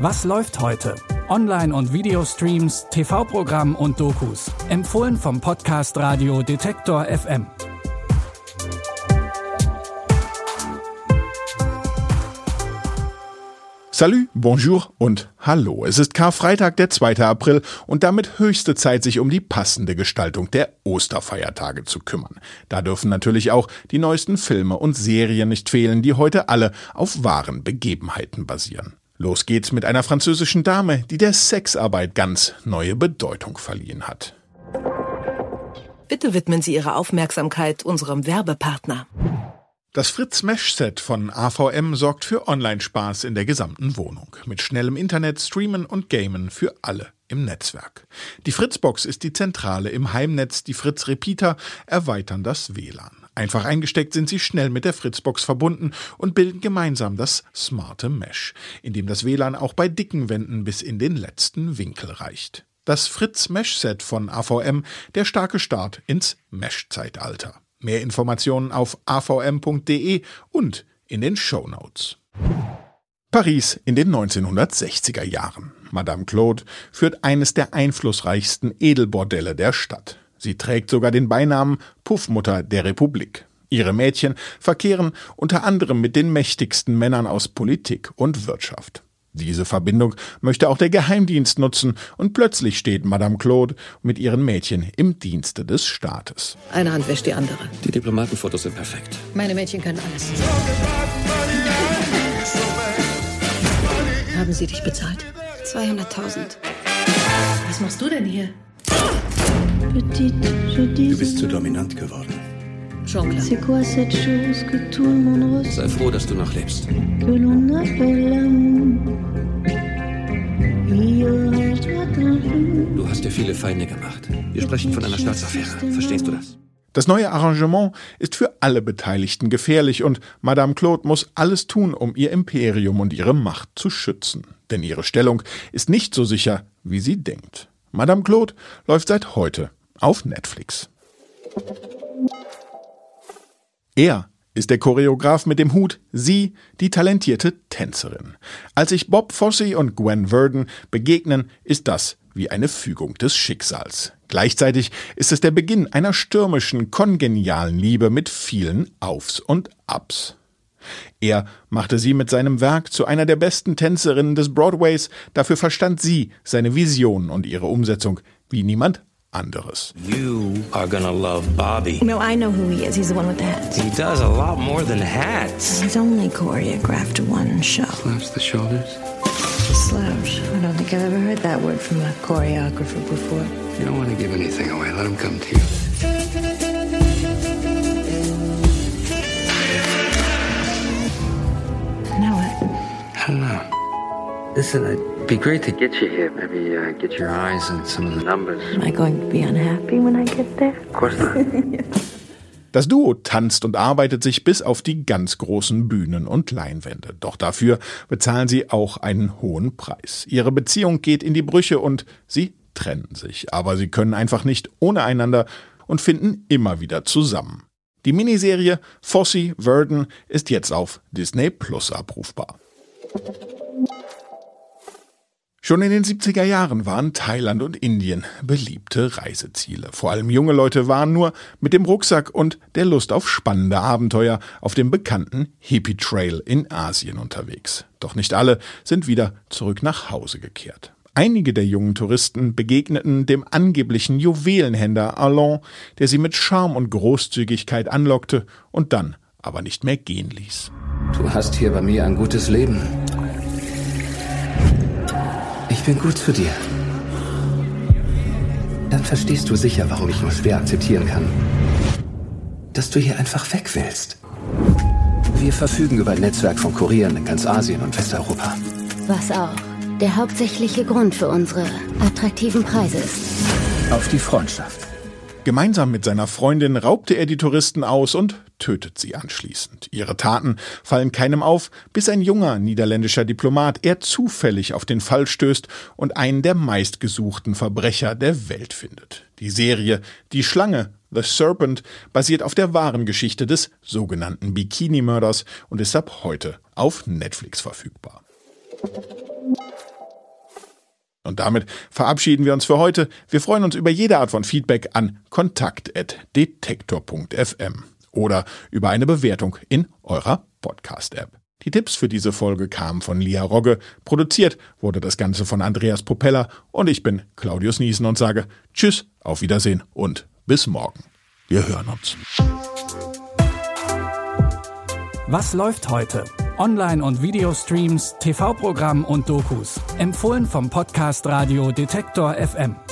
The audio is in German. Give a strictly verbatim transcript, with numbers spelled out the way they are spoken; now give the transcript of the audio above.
Was läuft heute? Online- und Videostreams, T V-Programm und Dokus. Empfohlen vom Podcast Radio Detektor F M. Salut, bonjour und hallo. Es ist Karfreitag, der zweite April und damit höchste Zeit, sich um die passende Gestaltung der Osterfeiertage zu kümmern. Da dürfen natürlich auch die neuesten Filme und Serien nicht fehlen, die heute alle auf wahren Begebenheiten basieren. Los geht's mit einer französischen Dame, die der Sexarbeit ganz neue Bedeutung verliehen hat. Bitte widmen Sie Ihre Aufmerksamkeit unserem Werbepartner. Das Fritz-Mesh-Set von A V M sorgt für Online-Spaß in der gesamten Wohnung. Mit schnellem Internet, Streamen und Gamen für alle im Netzwerk. Die Fritzbox ist die Zentrale im Heimnetz, die Fritz-Repeater erweitern das W L A N. Einfach eingesteckt sind sie schnell mit der Fritzbox verbunden und bilden gemeinsam das smarte Mesh, in dem das W L A N auch bei dicken Wänden bis in den letzten Winkel reicht. Das Fritz-Mesh-Set von A V M, der starke Start ins Mesh-Zeitalter. Mehr Informationen auf a v m punkt d e und in den Shownotes. Paris in den neunzehnhundertsechziger Jahren. Madame Claude führt eines der einflussreichsten Edelbordelle der Stadt. Sie trägt sogar den Beinamen Puffmutter der Republik. Ihre Mädchen verkehren unter anderem mit den mächtigsten Männern aus Politik und Wirtschaft. Diese Verbindung möchte auch der Geheimdienst nutzen und plötzlich steht Madame Claude mit ihren Mädchen im Dienste des Staates. Eine Hand wäscht die andere. Die Diplomatenfotos sind perfekt. Meine Mädchen können alles. Haben sie dich bezahlt? zweihunderttausend. Was machst du denn hier? Du bist zu dominant geworden. Schon klar. Sei froh, dass du noch lebst. Du hast dir viele Feinde gemacht. Wir sprechen von einer Staatsaffäre. Verstehst du das? Das neue Arrangement ist für alle Beteiligten gefährlich und Madame Claude muss alles tun, um ihr Imperium und ihre Macht zu schützen. Denn ihre Stellung ist nicht so sicher, wie sie denkt. Madame Claude läuft seit heute auf Netflix. Er ist der Choreograf mit dem Hut, sie die talentierte Tänzerin. Als sich Bob Fosse und Gwen Verdon begegnen, ist das wie eine Fügung des Schicksals. Gleichzeitig ist es der Beginn einer stürmischen, kongenialen Liebe mit vielen Aufs und Abs. Er machte sie mit seinem Werk zu einer der besten Tänzerinnen des Broadways, dafür verstand sie seine Vision und ihre Umsetzung wie niemand anderes. You are gonna love Bobby. No, I know who he is. He's the one with the hats. He does a lot more than hats. He's only choreographed one show. Slouch the shoulders. Slouch. I don't think I've ever heard that word from a choreographer before. You don't want to give anything away. Let him come to you. Now what? I don't know. Listen, it'd be great to get you here. Maybe uh, get your eyes on some of the numbers. Am I going to be unhappy when I get there? Of course not. Das Duo tanzt und arbeitet sich bis auf die ganz großen Bühnen und Leinwände. Doch dafür bezahlen sie auch einen hohen Preis. Ihre Beziehung geht in die Brüche und sie trennen sich. Aber sie können einfach nicht ohne einander und finden immer wieder zusammen. Die Miniserie Fosse Verdon ist jetzt auf Disney Plus abrufbar. Schon in den siebziger Jahren waren Thailand und Indien beliebte Reiseziele. Vor allem junge Leute waren nur mit dem Rucksack und der Lust auf spannende Abenteuer auf dem bekannten Hippie Trail in Asien unterwegs. Doch nicht alle sind wieder zurück nach Hause gekehrt. Einige der jungen Touristen begegneten dem angeblichen Juwelenhändler Alain, der sie mit Charme und Großzügigkeit anlockte und dann aber nicht mehr gehen ließ. Du hast hier bei mir ein gutes Leben. Ich bin gut zu dir. Dann verstehst du sicher, warum ich nur schwer akzeptieren kann, dass du hier einfach weg willst. Wir verfügen über ein Netzwerk von Kurieren in ganz Asien und Westeuropa. Was auch der hauptsächliche Grund für unsere attraktiven Preise ist. Auf die Freundschaft. Gemeinsam mit seiner Freundin raubte er die Touristen aus und tötet sie anschließend. Ihre Taten fallen keinem auf, bis ein junger niederländischer Diplomat eher zufällig auf den Fall stößt und einen der meistgesuchten Verbrecher der Welt findet. Die Serie Die Schlange, The Serpent, basiert auf der wahren Geschichte des sogenannten Bikini-Mörders und ist ab heute auf Netflix verfügbar. Und damit verabschieden wir uns für heute. Wir freuen uns über jede Art von Feedback an kontakt at detektor punkt f m oder über eine Bewertung in eurer Podcast-App. Die Tipps für diese Folge kamen von Lia Rogge. Produziert wurde das Ganze von Andreas Propeller und ich bin Claudius Niesen und sage Tschüss, auf Wiedersehen und bis morgen. Wir hören uns. Was läuft heute? Online- und Videostreams, T V-Programm und Dokus. Empfohlen vom Podcast Radio Detektor F M.